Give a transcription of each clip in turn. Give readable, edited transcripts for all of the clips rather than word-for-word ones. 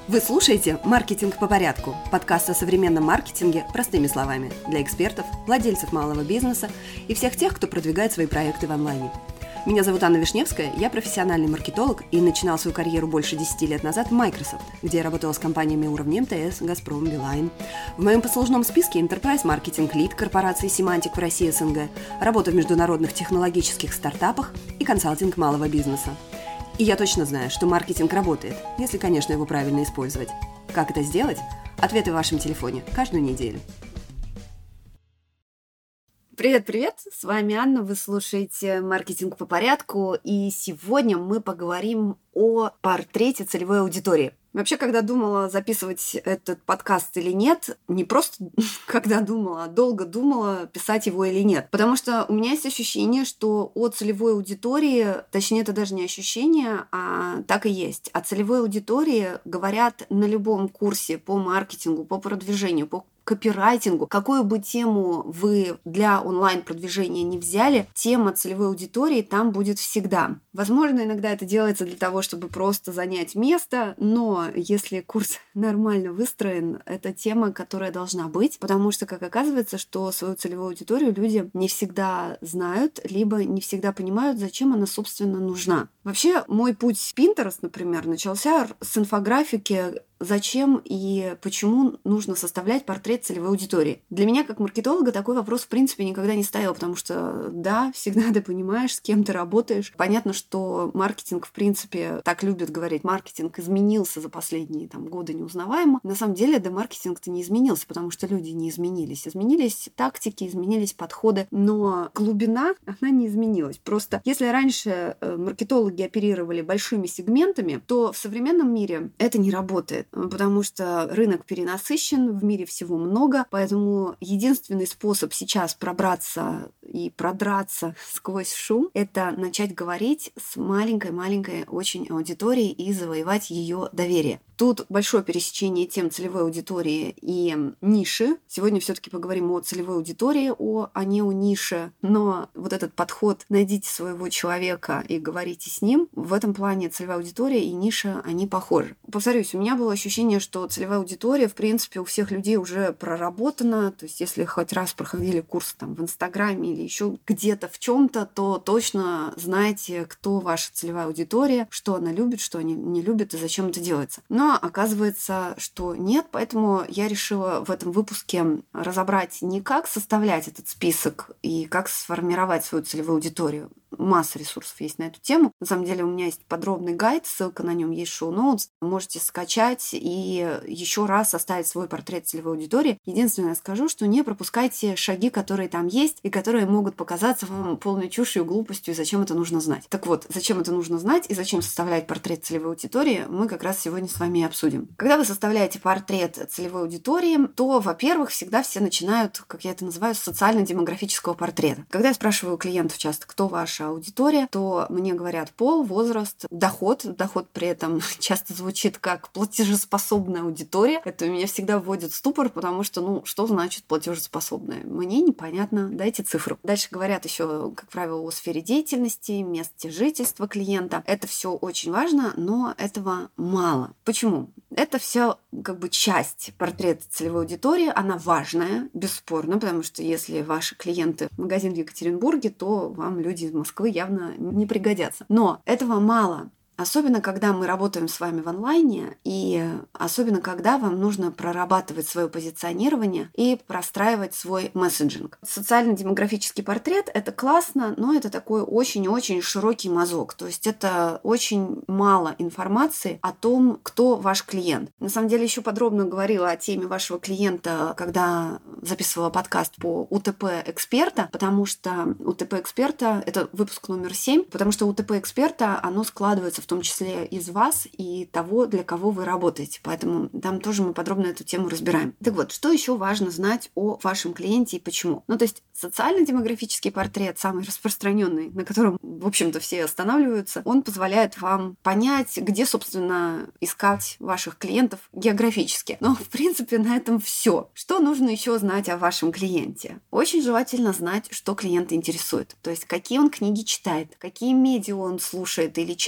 Вы слушаете «Маркетинг по порядку» – подкаст о современном маркетинге простыми словами для экспертов, владельцев малого бизнеса и всех тех, кто продвигает свои проекты в онлайне. Меня зовут Анна Вишневская, я профессиональный маркетолог и начинал свою карьеру больше 10 лет назад в Microsoft, где я работала с компаниями уровня МТС, Газпром, Билайн. В моем послужном списке Enterprise Marketing Lead корпорации Symantec в России СНГ, работа в международных технологических стартапах и консалтинг малого бизнеса. И я точно знаю, что маркетинг работает, если, конечно, его правильно использовать. Как это сделать? Ответы в вашем телефоне каждую неделю. Привет-привет! С вами Анна, вы слушаете «Маркетинг по порядку», и сегодня мы поговорим о портрете целевой аудитории. Вообще, когда думала, записывать этот подкаст или нет, не просто когда думала, а долго думала, писать его или нет. Потому что у меня есть ощущение, что о целевой аудитории, точнее, это даже не ощущение, а так и есть. О целевой аудитории говорят на любом курсе по маркетингу, по продвижению, по копирайтингу. Какую бы тему вы для онлайн-продвижения не взяли, тема целевой аудитории там будет всегда. Возможно, иногда это делается для того, чтобы просто занять место, но если курс нормально выстроен, это тема, которая должна быть, потому что, как оказывается, что свою целевую аудиторию люди не всегда знают, либо не всегда понимают, зачем она, собственно, нужна. Вообще, мой путь в Pinterest, например, начался с инфографики, зачем и почему нужно составлять портрет целевой аудитории. Для меня, как маркетолога, такой вопрос, в принципе, никогда не стоял, потому что, да, всегда ты понимаешь, с кем ты работаешь. Понятно, что маркетинг, в принципе, так любят говорить, маркетинг изменился за последние годы неузнаваемо. На самом деле, да, маркетинг-то не изменился, потому что люди не изменились. Изменились тактики, изменились подходы, но глубина, она не изменилась. Просто если раньше маркетологи оперировали большими сегментами, то в современном мире это не работает. Потому что рынок перенасыщен, в мире всего много, поэтому единственный способ сейчас пробраться и продраться сквозь шум — это начать говорить с маленькой-маленькой очень аудиторией и завоевать ее доверие. Тут большое пересечение тем целевой аудитории и ниши. Сегодня все-таки поговорим о целевой аудитории, а не о нише. Но вот этот подход «найдите своего человека и говорите с ним», в этом плане целевая аудитория и ниша, они похожи. Повторюсь, у меня было ощущение, что целевая аудитория, в принципе, у всех людей уже проработана. То есть, если хоть раз проходили курс в Инстаграме или еще где-то в чем-то, то точно знаете, кто ваша целевая аудитория, что она любит, что она не любит и зачем это делается. Но оказывается, что нет, поэтому я решила в этом выпуске разобрать не как составлять этот список и как сформировать свою целевую аудиторию. Масса ресурсов есть на эту тему. На самом деле у меня есть подробный гайд, ссылка на нем есть в шоу-ноутс. Можете скачать и еще раз составить свой портрет целевой аудитории. Единственное, скажу, что не пропускайте шаги, которые там есть и которые могут показаться вам полной чушью, глупостью, и зачем это нужно знать. Так вот, зачем это нужно знать и зачем составлять портрет целевой аудитории, мы как раз сегодня с вами и обсудим. Когда вы составляете портрет целевой аудитории, то, во-первых, всегда все начинают, как я это называю, с социально-демографического портрета. Когда я спрашиваю клиентов часто, кто ваша аудитория, то мне говорят пол, возраст, доход. Доход при этом часто звучит как платежеспособная аудитория. Это меня всегда вводит в ступор, потому что, что значит платежеспособная? Мне непонятно, дайте цифру. Дальше говорят еще, как правило, о сфере деятельности, месте жительства клиента. Это все очень важно, но этого мало. Почему? Это все часть портрета целевой аудитории, она важная, бесспорно, потому что если ваши клиенты в магазин в Екатеринбурге, то вам люди из Москвы явно не пригодятся. Но этого мало. Особенно, когда мы работаем с вами в онлайне, и особенно, когда вам нужно прорабатывать свое позиционирование и простраивать свой месседжинг. Социально-демографический портрет — это классно, но это такой очень-очень широкий мазок. То есть это очень мало информации о том, кто ваш клиент. На самом деле, еще подробно говорила о теме вашего клиента, когда записывала подкаст по УТП-эксперта, потому что УТП-эксперта — это выпуск номер 7, потому что УТП-эксперта, оно складывается в том числе из вас и того, для кого вы работаете. Поэтому там тоже мы подробно эту тему разбираем. Так вот, что еще важно знать о вашем клиенте и почему? То есть социально-демографический портрет, самый распространенный, на котором, в общем-то, все останавливаются, он позволяет вам понять, где, собственно, искать ваших клиентов географически. Но, в принципе, на этом все. Что нужно еще знать о вашем клиенте? Очень желательно знать, что клиента интересует. То есть, какие он книги читает, какие медиа он слушает или читает. То есть,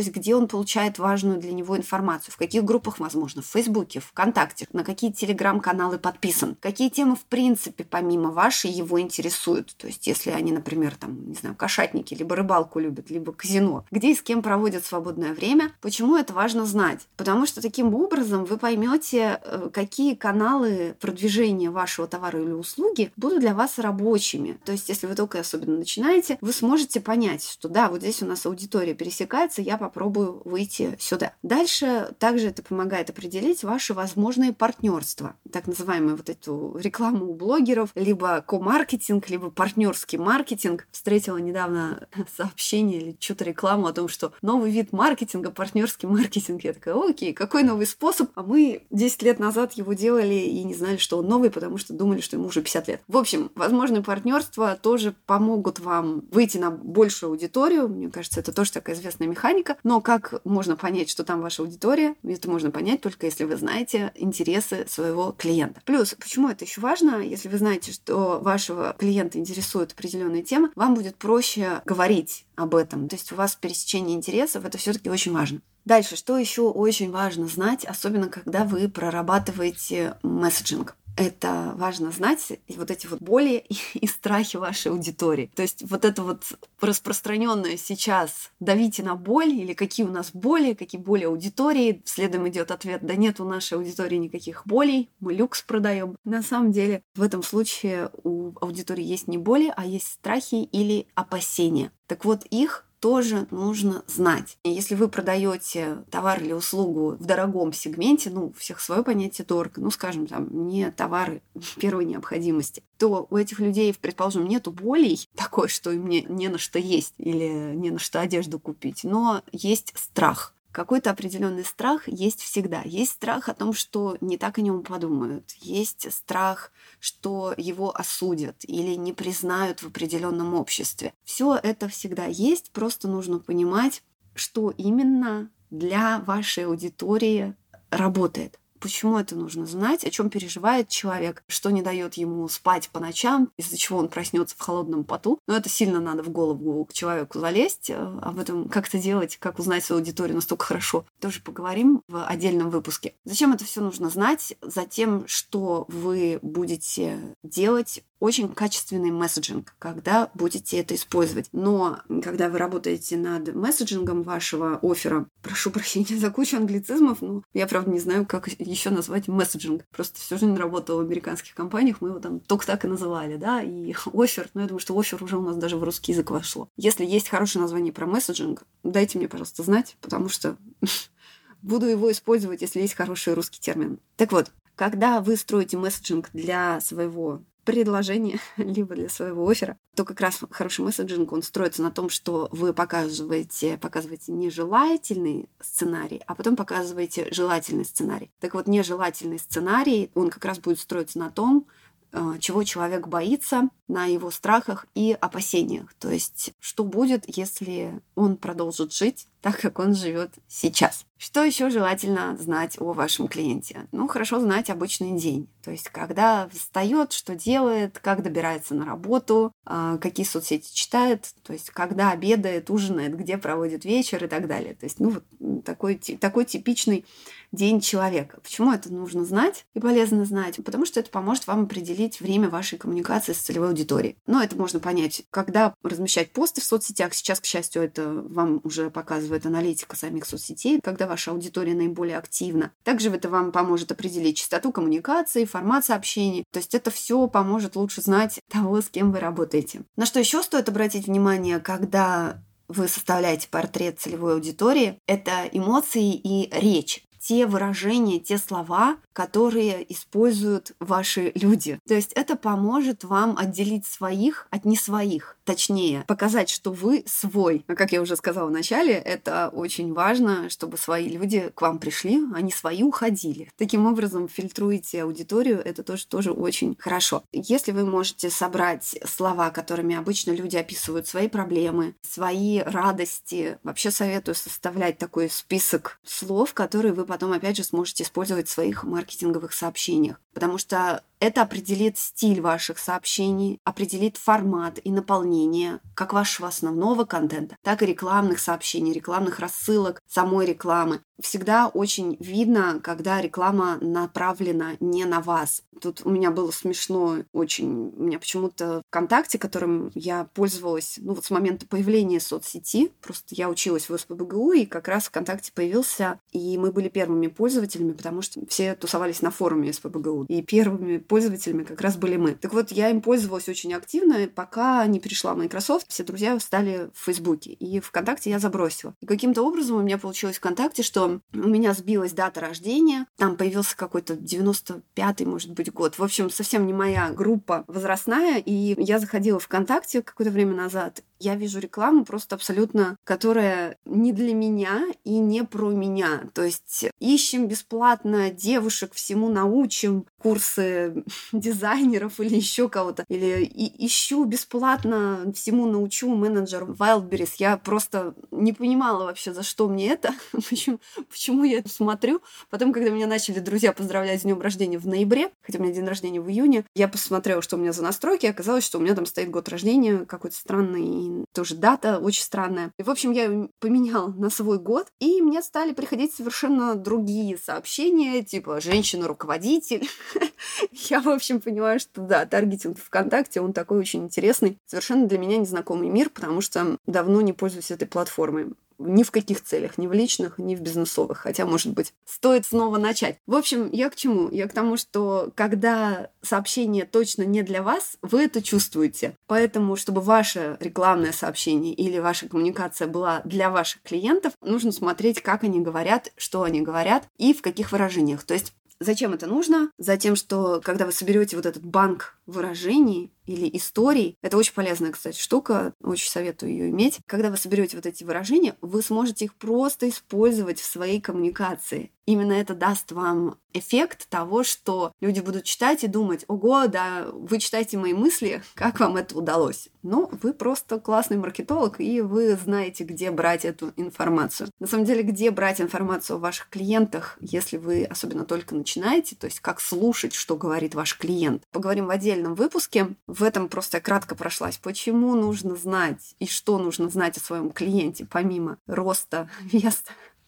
есть где он получает важную для него информацию, в каких группах, возможно, в Фейсбуке, ВКонтакте, на какие телеграм-каналы подписан, какие темы, в принципе, помимо вашей, его интересуют. То есть если они, например, там, не знаю, кошатники, либо рыбалку любят, либо казино, где и с кем проводят свободное время. Почему это важно знать? Потому что таким образом вы поймете, какие каналы продвижения вашего товара или услуги будут для вас рабочими. То есть если вы только особенно начинаете, вы сможете понять, что да, вот здесь у нас аудитория пересекается, я попробую выйти сюда. Дальше также это помогает определить ваши возможные партнерства. Так называемую вот эту рекламу у блогеров, либо ко-маркетинг, либо партнерский маркетинг. Встретила недавно сообщение или что-то рекламу о том, что новый вид маркетинга, партнерский маркетинг. Я такая, окей, какой новый способ? А мы 10 лет назад его делали и не знали, что он новый, потому что думали, что ему уже 50 лет. В общем, возможные партнерства тоже помогут вам выйти на большую аудиторию. Мне кажется, это тоже такая известная механика. Но как можно понять, что там ваша аудитория? Это можно понять только если вы знаете интересы своего клиента. Плюс, почему это еще важно? Если вы знаете, что вашего клиента интересует определенные темы, вам будет проще говорить об этом. То есть у вас пересечение интересов, это все-таки очень важно. Дальше, что еще очень важно знать, особенно когда вы прорабатываете месседжинг. Это важно знать вот эти вот боли и страхи вашей аудитории. То есть вот это вот распространенное сейчас «давите на боль» или «какие у нас боли», «какие боли аудитории». Следом идет ответ «да нет у нашей аудитории никаких болей, мы люкс продаем». На самом деле в этом случае у аудитории есть не боли, а есть страхи или опасения. Так вот, их тоже нужно знать. И если вы продаете товар или услугу в дорогом сегменте, у всех свое понятие дорого, скажем, там, не товары первой необходимости, то у этих людей, предположим, нету болей такой, что им не на что есть или не на что одежду купить, но есть страх. Какой-то определенный страх есть всегда. Есть страх о том, что не так о нем подумают. Есть страх, что его осудят или не признают в определенном обществе. Все это всегда есть, просто нужно понимать, что именно для вашей аудитории работает. Почему это нужно знать, о чем переживает человек, что не дает ему спать по ночам, из-за чего он проснется в холодном поту. Но это сильно надо в голову к человеку залезть, об этом как это делать, как узнать свою аудиторию настолько хорошо. Тоже поговорим в отдельном выпуске. Зачем это все нужно знать? Затем, что вы будете делать очень качественный месседжинг, когда будете это использовать. Но когда вы работаете над месседжингом вашего оффера, прошу прощения за кучу англицизмов, я, правда, не знаю, как еще назвать месседжинг. Просто всю жизнь работала в американских компаниях, мы его там только так и называли, да, и оффер, я думаю, что оффер уже у нас даже в русский язык вошло. Если есть хорошее название про месседжинг, дайте мне, пожалуйста, знать, потому что буду его использовать, если есть хороший русский термин. Так вот, когда вы строите месседжинг для своего предложение, либо для своего оффера, то как раз хороший месседжинг, он строится на том, что вы показываете нежелательный сценарий, а потом показываете желательный сценарий. Так вот, нежелательный сценарий, он как раз будет строиться на том, чего человек боится, на его страхах и опасениях. То есть, что будет, если он продолжит жить так, как он живет сейчас. Что еще желательно знать о вашем клиенте? Хорошо знать обычный день. То есть, когда встает, что делает, как добирается на работу, какие соцсети читает, то есть, когда обедает, ужинает, где проводит вечер и так далее. То есть, такой типичный день человека. Почему это нужно знать и полезно знать? Потому что это поможет вам определить время вашей коммуникации с целевой аудиторией. Это можно понять, когда размещать посты в соцсетях. Сейчас, к счастью, это вам уже показывает аналитика самих соцсетей, когда ваша аудитория наиболее активна. Также это вам поможет определить частоту коммуникации, формат сообщений. То есть это все поможет лучше знать того, с кем вы работаете. На что еще стоит обратить внимание, когда вы составляете портрет целевой аудитории, это эмоции и речь. Те выражения, те слова, которые используют ваши люди. То есть это поможет вам отделить своих от не своих. Точнее, показать, что вы свой. А как я уже сказала в начале, это очень важно, чтобы свои люди к вам пришли, а не свои уходили. Таким образом, фильтруете аудиторию, это тоже очень хорошо. Если вы можете собрать слова, которыми обычно люди описывают свои проблемы, свои радости, вообще советую составлять такой список слов, которые вы потом, опять же, сможете использовать в своих маркетинговых сообщениях. Потому что Это определит стиль ваших сообщений, определит формат и наполнение как вашего основного контента, так и рекламных сообщений, рекламных рассылок, самой рекламы. Всегда очень видно, когда реклама направлена не на вас. Тут у меня было смешно очень. У меня почему-то ВКонтакте, которым я пользовалась, с момента появления соцсети, просто я училась в СПбГУ, и как раз ВКонтакте появился, и мы были первыми пользователями, потому что все тусовались на форуме СПбГУ, и первыми пользователями как раз были мы. Так вот, я им пользовалась очень активно, пока не пришла Microsoft, все друзья стали в Фейсбуке, и ВКонтакте я забросила. И каким-то образом у меня получилось ВКонтакте, что у меня сбилась дата рождения, там появился какой-то 95-й, может быть, год. В общем, совсем не моя группа возрастная, и я заходила в ВКонтакте какое-то время назад, я вижу рекламу просто абсолютно, которая не для меня и не про меня. То есть ищем бесплатно девушек, всему научим, курсы дизайнеров или еще кого-то. Или ищу бесплатно, всему научу менеджер Wildberries. Я просто не понимала вообще, за что мне это, почему я это смотрю. Потом, когда меня начали друзья поздравлять с днем рождения в ноябре, хотя у меня день рождения в июне, я посмотрела, что у меня за настройки, и оказалось, что у меня там стоит год рождения какой-то странный, и тоже дата очень странная. И, в общем, я ее поменяла на свой год, и мне стали приходить совершенно другие сообщения, типа «женщина-руководитель». Я, в общем, понимаю, что да, таргетинг ВКонтакте, он такой очень интересный. Совершенно для меня незнакомый мир, потому что давно не пользуюсь этой платформой. Ни в каких целях, ни в личных, ни в бизнесовых. Хотя, может быть, стоит снова начать. В общем, я к чему? Я к тому, что когда сообщение точно не для вас, вы это чувствуете. Поэтому, чтобы ваше рекламное сообщение или ваша коммуникация была для ваших клиентов, нужно смотреть, как они говорят, что они говорят и в каких выражениях. То есть зачем это нужно? Затем, что когда вы соберете вот этот банк выражений или историй, это очень полезная, кстати, штука, очень советую ее иметь. Когда вы соберете вот эти выражения, вы сможете их просто использовать в своей коммуникации. Именно это даст вам эффект того, что люди будут читать и думать: ого, да, вы читаете мои мысли, как вам это удалось? Ну, вы просто классный маркетолог, и вы знаете, где брать эту информацию. На самом деле, где брать информацию о ваших клиентах, если вы особенно только начинаете, то есть как слушать, что говорит ваш клиент. Поговорим в отдельном выпуске. В этом просто я кратко прошлась. Почему нужно знать и что нужно знать о своем клиенте, помимо роста, веса.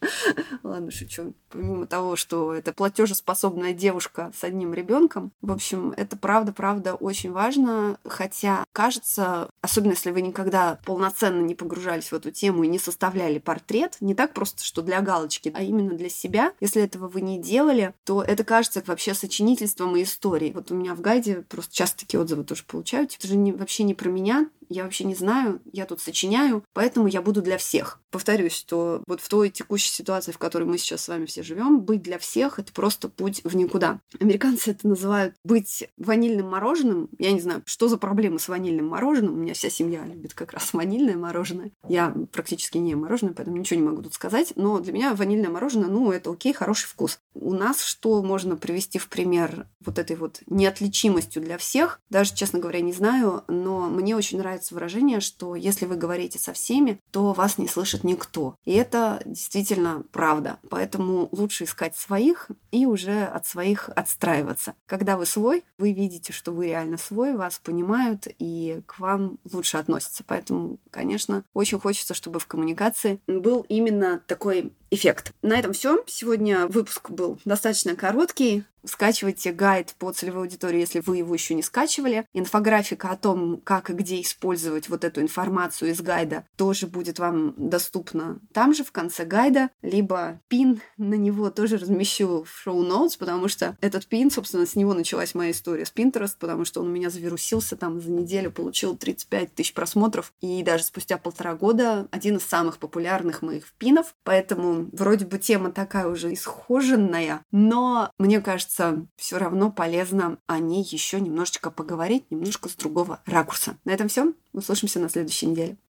Ладно, шучу. Помимо того, что это платежеспособная девушка с одним ребенком, в общем, это правда очень важно. Хотя, кажется, особенно если вы никогда полноценно не погружались в эту тему и не составляли портрет, не так просто, что для галочки, а именно для себя. Если этого вы не делали, то это кажется вообще сочинительством и историей. Вот у меня в гайде просто часто такие отзывы тоже получаю. Это же вообще не про меня. Я вообще не знаю, я тут сочиняю, поэтому я буду для всех. Повторюсь, что вот в той текущей ситуации, в которой мы сейчас с вами все живем, быть для всех — это просто путь в никуда. Американцы это называют быть ванильным мороженым. Я не знаю, что за проблемы с ванильным мороженым. У меня вся семья любит как раз ванильное мороженое. Я практически не ем мороженое, поэтому ничего не могу тут сказать. Но для меня ванильное мороженое, это окей, хороший вкус. У нас что можно привести в пример вот этой вот неотличимостью для всех? Даже, честно говоря, не знаю, но мне очень нравится выражение, что если вы говорите со всеми, то вас не слышит никто. И это действительно правда. Поэтому лучше искать своих и уже от своих отстраиваться. Когда вы свой, вы видите, что вы реально свой, вас понимают и к вам лучше относятся. Поэтому, конечно, очень хочется, чтобы в коммуникации был именно такой эффект. На этом все. Сегодня выпуск был достаточно короткий. Скачивайте гайд по целевой аудитории, если вы его еще не скачивали. Инфографика о том, как и где использовать вот эту информацию из гайда, тоже будет вам доступна там же, в конце гайда. Либо пин на него тоже размещу в шоу-ноутс, потому что этот пин, собственно, с него началась моя история с Pinterest, потому что он у меня завирусился, там за неделю получил 35 тысяч просмотров. И даже спустя 1,5 года один из самых популярных моих пинов. Поэтому вроде бы тема такая уже исхоженная, но мне кажется, все равно полезно о ней еще немножечко поговорить, немножко с другого ракурса. На этом все. Услышимся на следующей неделе.